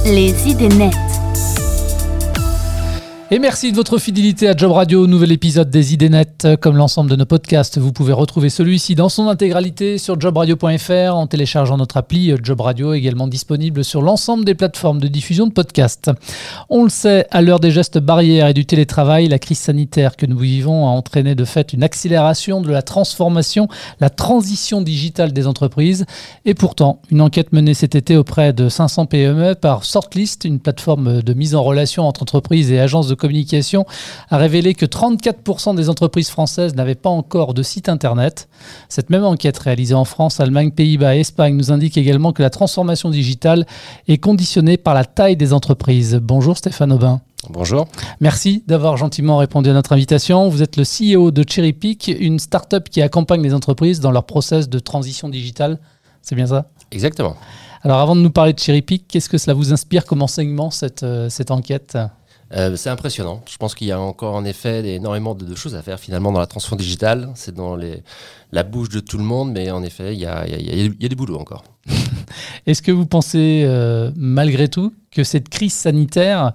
Les idées nettes. Et merci de votre fidélité à Job Radio, nouvel épisode des idées nettes. Comme l'ensemble de nos podcasts, vous pouvez retrouver celui-ci dans son intégralité sur jobradio.fr en téléchargeant notre appli Job Radio, également disponible sur l'ensemble des plateformes de diffusion de podcasts. On le sait, à l'heure des gestes barrières et du télétravail, la crise sanitaire que nous vivons a entraîné de fait une accélération de la transformation, la transition digitale des entreprises. Et pourtant, une enquête menée cet été auprès de 500 PME par Sortlist, une plateforme de mise en relation entre entreprises et agences de communication, a révélé que 34% des entreprises françaises n'avaient pas encore de site internet. Cette même enquête réalisée en France, Allemagne, Pays-Bas et Espagne nous indique également que la transformation digitale est conditionnée par la taille des entreprises. Bonjour Stéphane Aubin. Bonjour. Merci d'avoir gentiment répondu à notre invitation. Vous êtes le CEO de Cherrypick, une start-up qui accompagne les entreprises dans leur process de transition digitale. C'est bien ça ? Exactement. Alors avant de nous parler de Cherrypick, qu'est-ce que cela vous inspire comme enseignement cette enquête ? C'est impressionnant. Je pense qu'il y a encore en effet énormément de choses à faire finalement dans la transformation digitale. C'est dans la bouche de tout le monde, mais en effet, il y a du boulot encore. Est-ce que vous pensez malgré tout que cette crise sanitaire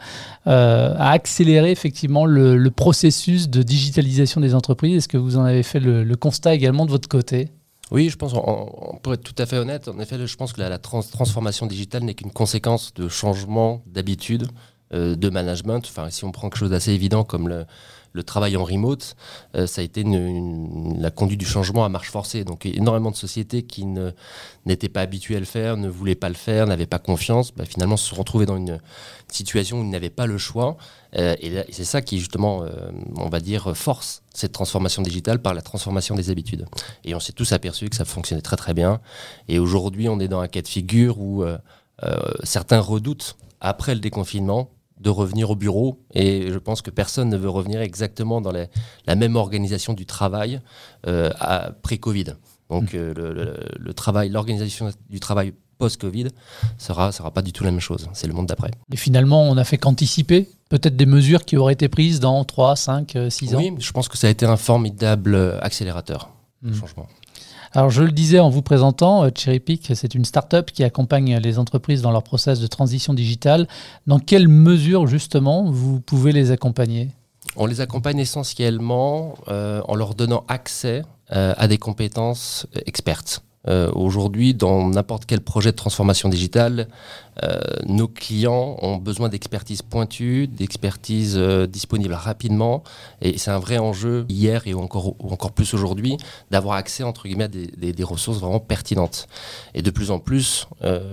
a accéléré effectivement le processus de digitalisation des entreprises ? Est-ce que vous en avez fait le constat également de votre côté ? Oui, je pense, pour être tout à fait honnête, en effet, je pense que la transformation digitale n'est qu'une conséquence de changements d'habitude, de management. Enfin, si on prend quelque chose d'assez évident comme le travail en remote, ça a été la conduite du changement à marche forcée. Donc énormément de sociétés qui n'étaient pas habituées à le faire, ne voulaient pas le faire, n'avaient pas confiance, finalement se sont retrouvées dans une situation où ils n'avaient pas le choix. Et c'est ça qui justement, on va dire, force cette transformation digitale par la transformation des habitudes. Et on s'est tous aperçus que ça fonctionnait très très bien. Et aujourd'hui, on est dans un cas de figure où certains redoutent, après le déconfinement, de revenir au bureau, et je pense que personne ne veut revenir exactement dans la même organisation du travail pré-Covid. Donc le travail, l'organisation du travail post-Covid sera pas du tout la même chose. C'est le monde d'après. Et finalement, on n'a fait qu'anticiper peut-être des mesures qui auraient été prises dans 3, 5, 6 ans. Oui, je pense que ça a été un formidable accélérateur de changement. Alors, je le disais en vous présentant, Cherrypick, c'est une start-up qui accompagne les entreprises dans leur process de transition digitale. Dans quelle mesure, justement, vous pouvez les accompagner ? On les accompagne essentiellement en leur donnant accès à des compétences expertes. Aujourd'hui, dans n'importe quel projet de transformation digitale, nos clients ont besoin d'expertise pointue, d'expertise disponible rapidement, et c'est un vrai enjeu hier et encore plus aujourd'hui d'avoir accès entre guillemets à des ressources vraiment pertinentes. Et de plus en plus,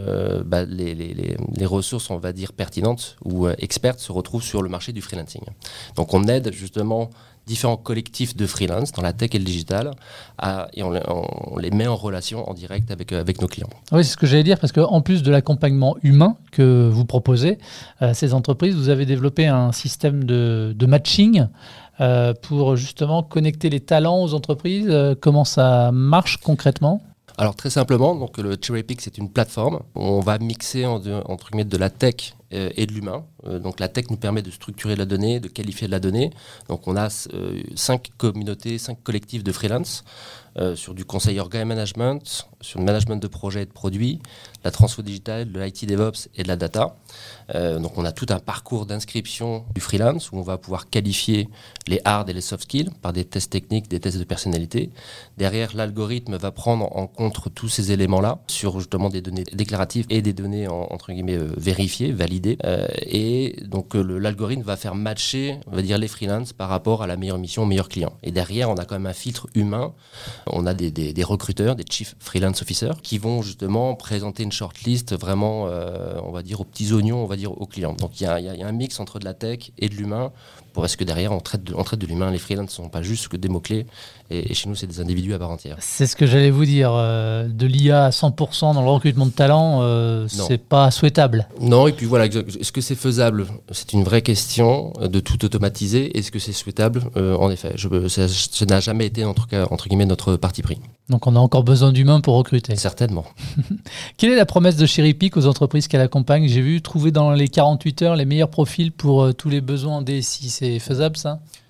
les ressources, on va dire pertinentes ou expertes, se retrouvent sur le marché du freelancing. Donc on aide justement différents collectifs de freelance dans la tech et le digital et on les met en relation en direct avec nos clients. Oui, c'est ce que j'allais dire, parce qu'en plus de l'accompagnement humain que vous proposez à ces entreprises, vous avez développé un système de matching pour justement connecter les talents aux entreprises. Comment ça marche concrètement ? Alors très simplement, donc le Cherrypick, c'est une plateforme où on va mixer entre guillemets de la tech et de l'humain. Donc la tech nous permet de structurer la donnée, de qualifier de la donnée. Donc on a 5 communautés, 5 collectifs de freelance sur du conseil orga et management, sur le management de projets et de produits, la transfo digitale, de l'IT DevOps et de la data. Donc on a tout un parcours d'inscription du freelance où on va pouvoir qualifier les hard et les soft skills par des tests techniques, des tests de personnalité. Derrière, l'algorithme va prendre en compte tous ces éléments-là sur justement des données déclaratives et des données entre guillemets vérifiées, validées. Et donc l'algorithme va faire matcher, on va dire, les freelances par rapport à la meilleure mission, au meilleur client. Et derrière, on a quand même un filtre humain. On a des recruteurs, des chief freelance officers, qui vont justement présenter une shortlist vraiment, on va dire, aux petits oignons, on va dire, aux clients. Donc il y a un mix entre de la tech et de l'humain, parce que derrière, on traite de l'humain. Les freelances ne sont pas juste que des mots-clés, et chez nous, c'est des individus à part entière. C'est ce que j'allais vous dire. De l'IA à 100% dans le recrutement de talent, c'est pas souhaitable. Non, et puis voilà, est-ce que c'est faisable ? C'est une vraie question de tout automatiser. Est-ce que c'est souhaitable ? En effet, ça n'a jamais été, en tout cas, entre guillemets, notre parti pris. Donc on a encore besoin d'humains pour recruter. Certainement. Quelle est la promesse de Cherrypick aux entreprises qu'elle accompagne ? J'ai vu trouver dans les 48 heures les meilleurs profils pour tous les besoins en DSI. C'est faisable ça ?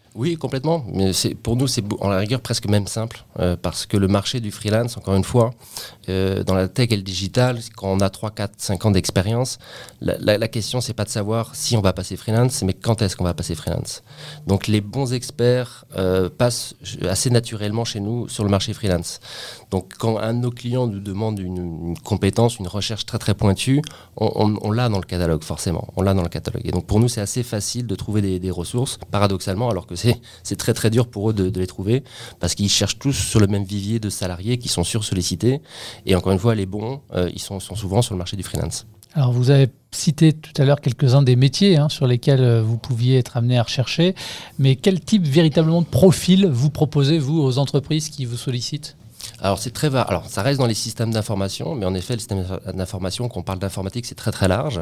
Oui, complètement. Mais pour nous, c'est en la rigueur presque même simple. Parce que le marché du freelance, encore une fois, dans la tech et le digital, quand on a 3, 4, 5 ans d'expérience, la question, c'est pas de savoir si on va passer freelance, mais quand est-ce qu'on va passer freelance. Donc les bons experts passent assez naturellement chez nous sur le marché freelance. Donc quand un de nos clients nous demande une compétence, une recherche très très pointue, on l'a dans le catalogue forcément. On l'a dans le catalogue. Et donc pour nous, c'est assez facile de trouver des ressources, paradoxalement, alors que c'est très très dur pour eux de les trouver, parce qu'ils cherchent tous sur le même vivier de salariés qui sont sursollicités. Et encore une fois, les bons, ils sont souvent sur le marché du freelance. Alors vous avez cité tout à l'heure quelques-uns des métiers sur lesquels vous pouviez être amené à rechercher, mais quel type véritablement de profil vous proposez, vous, aux entreprises qui vous sollicitent ? Alors c'est très vaste. Alors ça reste dans les systèmes d'information, mais en effet le système d'information, quand on parle d'informatique, c'est très très large.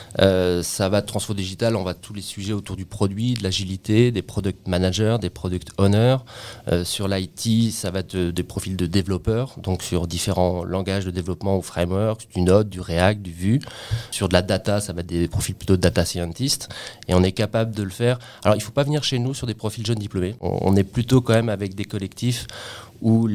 Ça va de transfo digital, on va tous les sujets autour du produit, de l'agilité, des product managers, des product owners. Sur l'IT, ça va des profils de développeurs, donc sur différents langages de développement ou frameworks, du Node, du React, du Vue. Sur de la data, ça va être des profils plutôt de data scientist. Et on est capable de le faire. Alors il ne faut pas venir chez nous sur des profils jeunes diplômés. On est plutôt quand même avec des collectifs où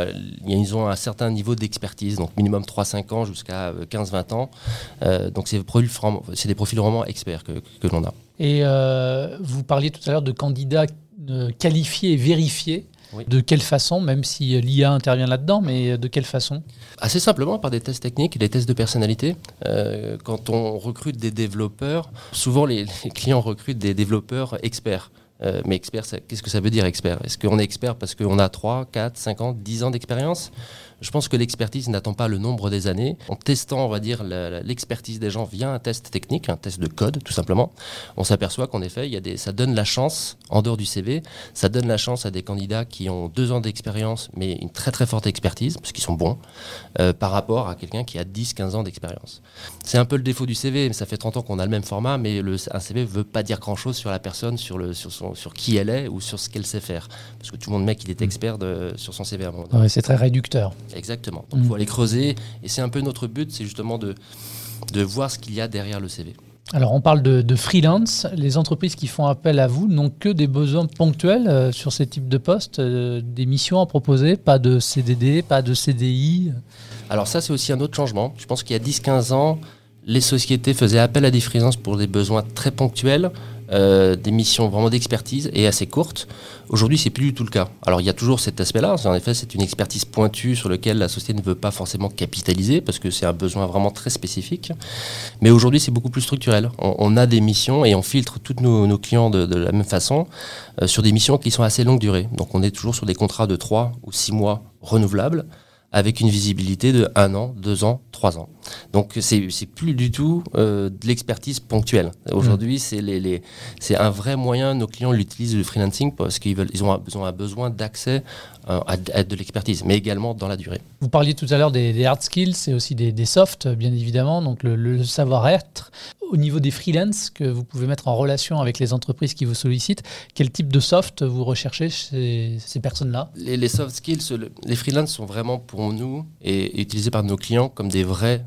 ils ont un certain niveau d'expertise, donc minimum 3-5 ans jusqu'à 15-20 ans. Donc c'est des profils vraiment experts que l'on a. Et vous parliez tout à l'heure de candidats qualifiés et vérifiés. Oui. De quelle façon, même si l'IA intervient là-dedans, mais de quelle façon ? Assez simplement par des tests techniques et des tests de personnalité. Quand on recrute des développeurs, souvent les clients recrutent des développeurs experts. Mais expert, qu'est-ce que ça veut dire expert ? Est-ce qu'on est expert parce qu'on a 3, 4, 5 ans, 10 ans d'expérience ? Je pense que l'expertise n'attend pas le nombre des années. En testant, on va dire, l'expertise des gens via un test technique, un test de code, tout simplement, on s'aperçoit qu'en effet, ça donne la chance, en dehors du CV, ça donne la chance à des candidats qui ont 2 ans d'expérience, mais une très très forte expertise, parce qu'ils sont bons, par rapport à quelqu'un qui a 10, 15 ans d'expérience. C'est un peu le défaut du CV, mais ça fait 30 ans qu'on a le même format, mais un CV ne veut pas dire grand-chose sur la personne, sur qui elle est ou sur ce qu'elle sait faire. Parce que tout le monde met qu'il est expert sur son CV à un moment donné. Ouais, c'est très réducteur. Exactement. Donc il faut aller creuser. Et c'est un peu notre but, c'est justement de voir ce qu'il y a derrière le CV. Alors on parle de freelance. Les entreprises qui font appel à vous n'ont que des besoins ponctuels sur ces types de postes, des missions à proposer, pas de CDD, pas de CDI. Alors ça, c'est aussi un autre changement. Je pense qu'il y a 10-15 ans, les sociétés faisaient appel à des freelances pour des besoins très ponctuels, des missions vraiment d'expertise et assez courtes. Aujourd'hui, c'est plus du tout le cas. Alors, il y a toujours cet aspect-là. En effet, c'est une expertise pointue sur laquelle la société ne veut pas forcément capitaliser parce que c'est un besoin vraiment très spécifique. Mais aujourd'hui, c'est beaucoup plus structurel. On a des missions et on filtre tous nos clients de la même façon sur des missions qui sont assez longue durée. Donc, on est toujours sur des contrats de 3 ou 6 mois renouvelables, avec une visibilité de 1 an, 2 ans, 3 ans. Donc c'est plus du tout de l'expertise ponctuelle. Aujourd'hui, c'est un vrai moyen, nos clients l'utilisent le freelancing parce qu'ils ont un besoin d'accès à de l'expertise, mais également dans la durée. Vous parliez tout à l'heure des hard skills et aussi des soft, bien évidemment, donc le savoir-être. Au niveau des freelances que vous pouvez mettre en relation avec les entreprises qui vous sollicitent, quel type de soft vous recherchez chez ces personnes-là ? Les soft skills, les freelances sont vraiment pour nous et utilisés par nos clients comme des vrais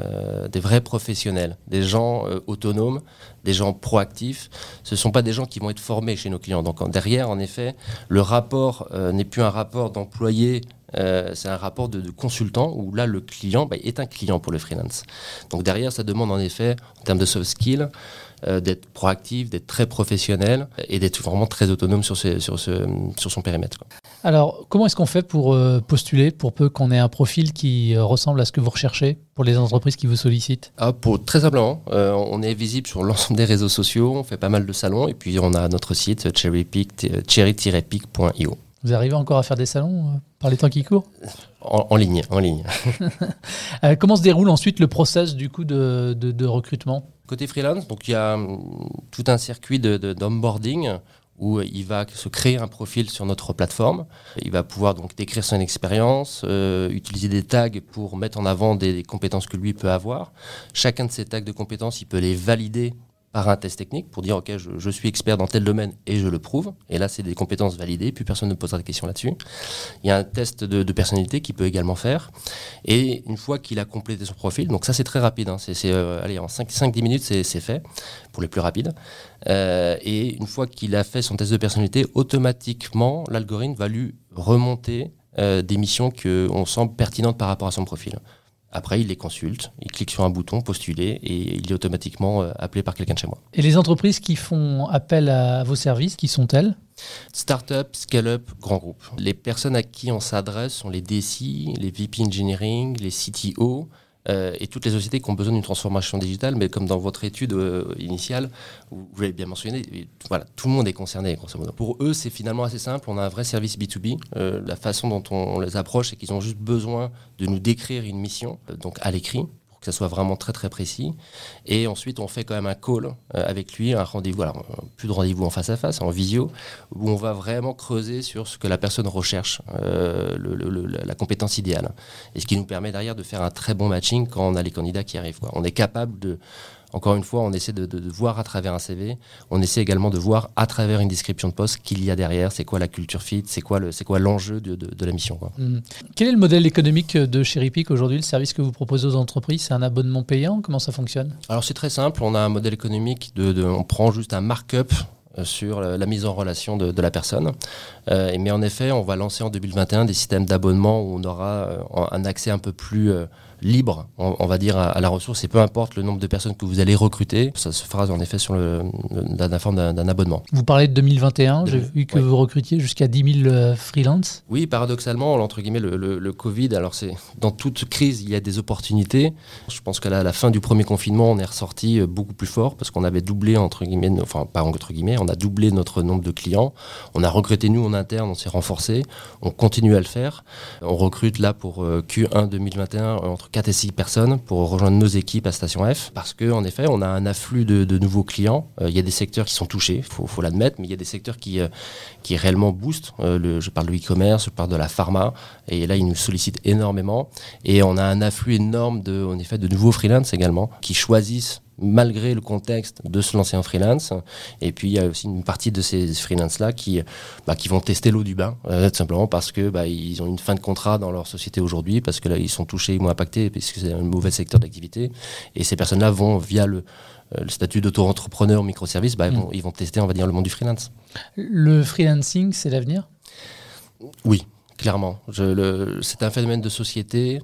professionnels, des gens autonomes, des gens proactifs. Ce ne sont pas des gens qui vont être formés chez nos clients. Donc derrière, en effet, le rapport n'est plus un rapport d'employé, c'est un rapport de consultant où là, le client est un client pour le freelance. Donc derrière, ça demande en effet, en termes de soft skills, d'être proactif, d'être très professionnel et d'être vraiment très autonome sur son périmètre, quoi. Alors, comment est-ce qu'on fait pour postuler, pour peu qu'on ait un profil qui ressemble à ce que vous recherchez pour les entreprises qui vous sollicitent ? Très simplement, on est visible sur l'ensemble des réseaux sociaux, on fait pas mal de salons et puis on a notre site cherry-pick.io. Vous arrivez encore à faire des salons par les temps qui courent ? En ligne. Comment se déroule ensuite le process du coup de recrutement ? Côté freelance, donc il y a tout un circuit d'onboarding où il va se créer un profil sur notre plateforme. Il va pouvoir donc décrire son expérience, utiliser des tags pour mettre en avant des compétences que lui peut avoir. Chacun de ces tags de compétences, il peut les valider par un test technique pour dire ok, je suis expert dans tel domaine et je le prouve. Et là, c'est des compétences validées, puis personne ne posera de questions là-dessus. Il y a un test de personnalité qu'il peut également faire. Et une fois qu'il a complété son profil, donc ça c'est très rapide, hein, allez, en 5-10 minutes c'est fait, pour les plus rapides. Et une fois qu'il a fait son test de personnalité, automatiquement, l'algorithme va lui remonter des missions qu'on semble pertinentes par rapport à son profil. Après, il les consulte, il clique sur un bouton, postuler, et il est automatiquement appelé par quelqu'un de chez moi. Et les entreprises qui font appel à vos services, qui sont-elles ? Startup, scale-up, grand groupe. Les personnes à qui on s'adresse sont les DSI, les VP Engineering, les CTO, et toutes les sociétés qui ont besoin d'une transformation digitale, mais comme dans votre étude initiale, vous l'avez bien mentionné, voilà, tout le monde est concerné, grosso modo. Pour eux, c'est finalement assez simple, on a un vrai service B2B. La façon dont on les approche, c'est qu'ils ont juste besoin de nous décrire une mission, donc à l'écrit, que ça soit vraiment très très précis. Et ensuite, on fait quand même un call avec lui, un rendez-vous, alors plus de rendez-vous en face à face, en visio, où on va vraiment creuser sur ce que la personne recherche, la compétence idéale. Et ce qui nous permet derrière de faire un très bon matching quand on a les candidats qui arrivent, quoi. On est capable de... Encore une fois, on essaie de voir à travers un CV. On essaie également de voir à travers une description de poste qu'il y a derrière. C'est quoi la culture fit, c'est quoi l'enjeu de la mission, quoi. Quel est le modèle économique de Cherry-Pick aujourd'hui, le service que vous proposez aux entreprises? C'est un abonnement payant? Comment ça fonctionne? Alors c'est très simple. On a un modèle économique on prend juste un markup sur la mise en relation de la personne. Mais en effet, on va lancer en 2021 des systèmes d'abonnement où on aura un accès un peu plus libre, on va dire, à la ressource, et peu importe le nombre de personnes que vous allez recruter, ça se fera en effet sur la forme d'un abonnement. Vous parlez de 2021, j'ai vu que vous recrutiez jusqu'à 10 000 freelance. Oui, paradoxalement, entre guillemets, le Covid, alors dans toute crise, il y a des opportunités. Je pense qu'à la fin du premier confinement, on est ressorti beaucoup plus fort parce qu'on avait doublé, entre guillemets, enfin pas entre guillemets, on a doublé notre nombre de clients. On a recruté nous en interne, on s'est renforcé, on continue à le faire. On recrute là pour Q1 2021 entre 4 et 6 personnes pour rejoindre nos équipes à Station F parce qu'en effet, on a un afflux de nouveaux clients. Il y a des secteurs qui sont touchés, faut l'admettre, mais il y a des secteurs qui réellement boostent. Je parle de e-commerce, je parle de la pharma, et là, ils nous sollicitent énormément. Et on a un afflux énorme de nouveaux freelance également qui choisissent, malgré le contexte, de se lancer en freelance. Et puis il y a aussi une partie de ces freelance-là qui vont tester l'eau du bain, tout simplement parce que ils ont une fin de contrat dans leur société aujourd'hui, parce que là ils sont touchés, ils sont impactés, parce que c'est un mauvais secteur d'activité. Et ces personnes-là vont, via le statut d'auto-entrepreneur microservice, ils vont tester, on va dire, le monde du freelance. Le freelancing, c'est l'avenir ? Oui. Clairement, c'est un phénomène de société.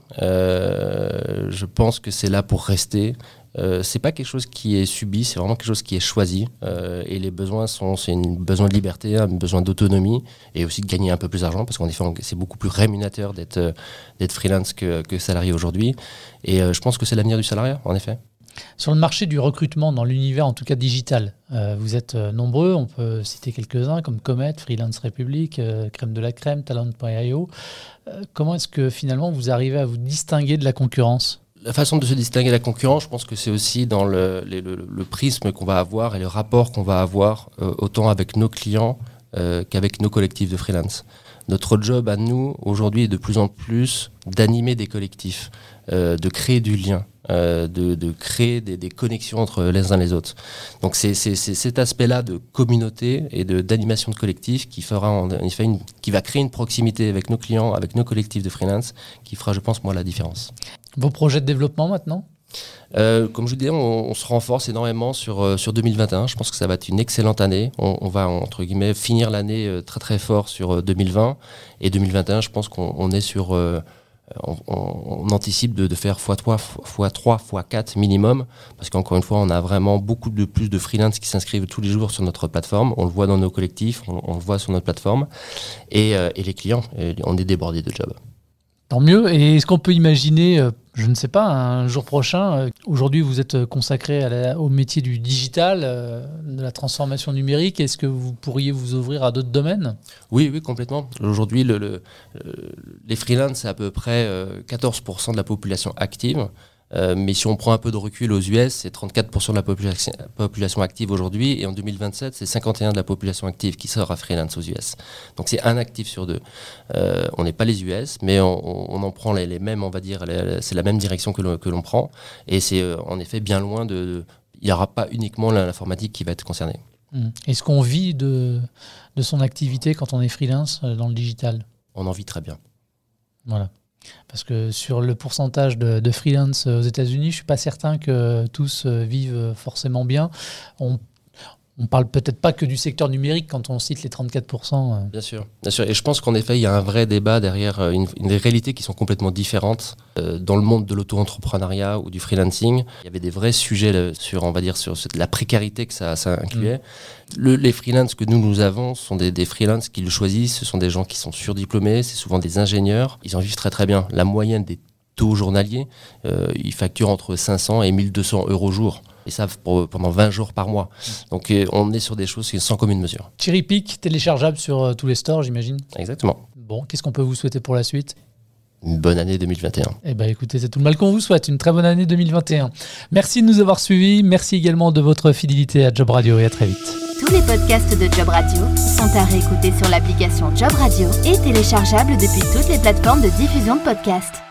Je pense que c'est là pour rester. C'est pas quelque chose qui est subi, c'est vraiment quelque chose qui est choisi. Et les besoins c'est un besoin de liberté, un besoin d'autonomie, et aussi de gagner un peu plus d'argent, parce qu'en effet, c'est beaucoup plus rémunérateur d'être freelance que salarié aujourd'hui. Et je pense que c'est l'avenir du salariat, en effet. Sur le marché du recrutement, dans l'univers en tout cas digital, vous êtes nombreux, on peut citer quelques-uns comme Comet, Freelance République, Crème de la Crème, Talent.io. Comment est-ce que finalement vous arrivez à vous distinguer de la concurrence ? La façon de se distinguer de la concurrence, je pense que c'est aussi dans le prisme qu'on va avoir et le rapport qu'on va avoir autant avec nos clients qu'avec nos collectifs de freelance. Notre job à nous, aujourd'hui, est de plus en plus d'animer des collectifs, de créer du lien, de créer des connexions entre les uns et les autres. Donc c'est cet aspect-là de communauté et d'animation de collectif qui fera en effet qui va créer une proximité avec nos clients, avec nos collectifs de freelance, qui fera, je pense, moi, la différence. Vos projets de développement maintenant ? Comme je vous disais, on se renforce énormément sur 2021. Je pense que ça va être une excellente année. On va, entre guillemets, finir l'année très très fort sur 2020. Et 2021, je pense qu'on est sur... on anticipe de faire x3, x4 minimum, parce qu'encore une fois, on a vraiment beaucoup plus de freelance qui s'inscrivent tous les jours sur notre plateforme. On le voit dans nos collectifs, on le voit sur notre plateforme. Et les clients, on est débordés de jobs. Tant mieux. Et est-ce qu'on peut imaginer, je ne sais pas, un jour prochain, aujourd'hui vous êtes consacré au métier du digital, de la transformation numérique, est-ce que vous pourriez vous ouvrir à d'autres domaines ? Oui, complètement. Aujourd'hui, les freelances, c'est à peu près 14% de la population active. Mais si on prend un peu de recul aux US, c'est 34% de la population active aujourd'hui, et en 2027, c'est 51% de la population active qui sera freelance aux US. Donc c'est un actif sur deux. On n'est pas les US, mais on en prend les mêmes, on va dire, c'est la même direction que l'on prend, et c'est en effet bien loin il n'y aura pas uniquement l'informatique qui va être concernée. Est-ce qu'on vit de son activité quand on est freelance dans le digital ? On en vit très bien. Voilà. Parce que sur le pourcentage de freelance aux États-Unis, je ne suis pas certain que tous vivent forcément bien. On parle peut-être pas que du secteur numérique quand on cite les 34%. Bien sûr. Et je pense qu'en effet, il y a un vrai débat derrière une réalité qui sont complètement différentes. Dans le monde de l'auto-entrepreneuriat ou du freelancing, il y avait des vrais sujets sur la précarité que ça incluait. Les freelances que nous avons sont des freelances qui le choisissent. Ce sont des gens qui sont surdiplômés, c'est souvent des ingénieurs. Ils en vivent très très bien. La moyenne des taux journaliers, ils facturent entre 500 et 1200 euros jour. Et ça pendant 20 jours par mois. Donc on est sur des choses qui sont sans commune mesure. Cherrypick, téléchargeable sur tous les stores, j'imagine. Exactement. Bon, qu'est-ce qu'on peut vous souhaiter pour la suite ? Une bonne année 2021. Eh bien écoutez, c'est tout le mal qu'on vous souhaite. Une très bonne année 2021. Merci de nous avoir suivis. Merci également de votre fidélité à Job Radio et à très vite. Tous les podcasts de Job Radio sont à réécouter sur l'application Job Radio et téléchargeables depuis toutes les plateformes de diffusion de podcasts.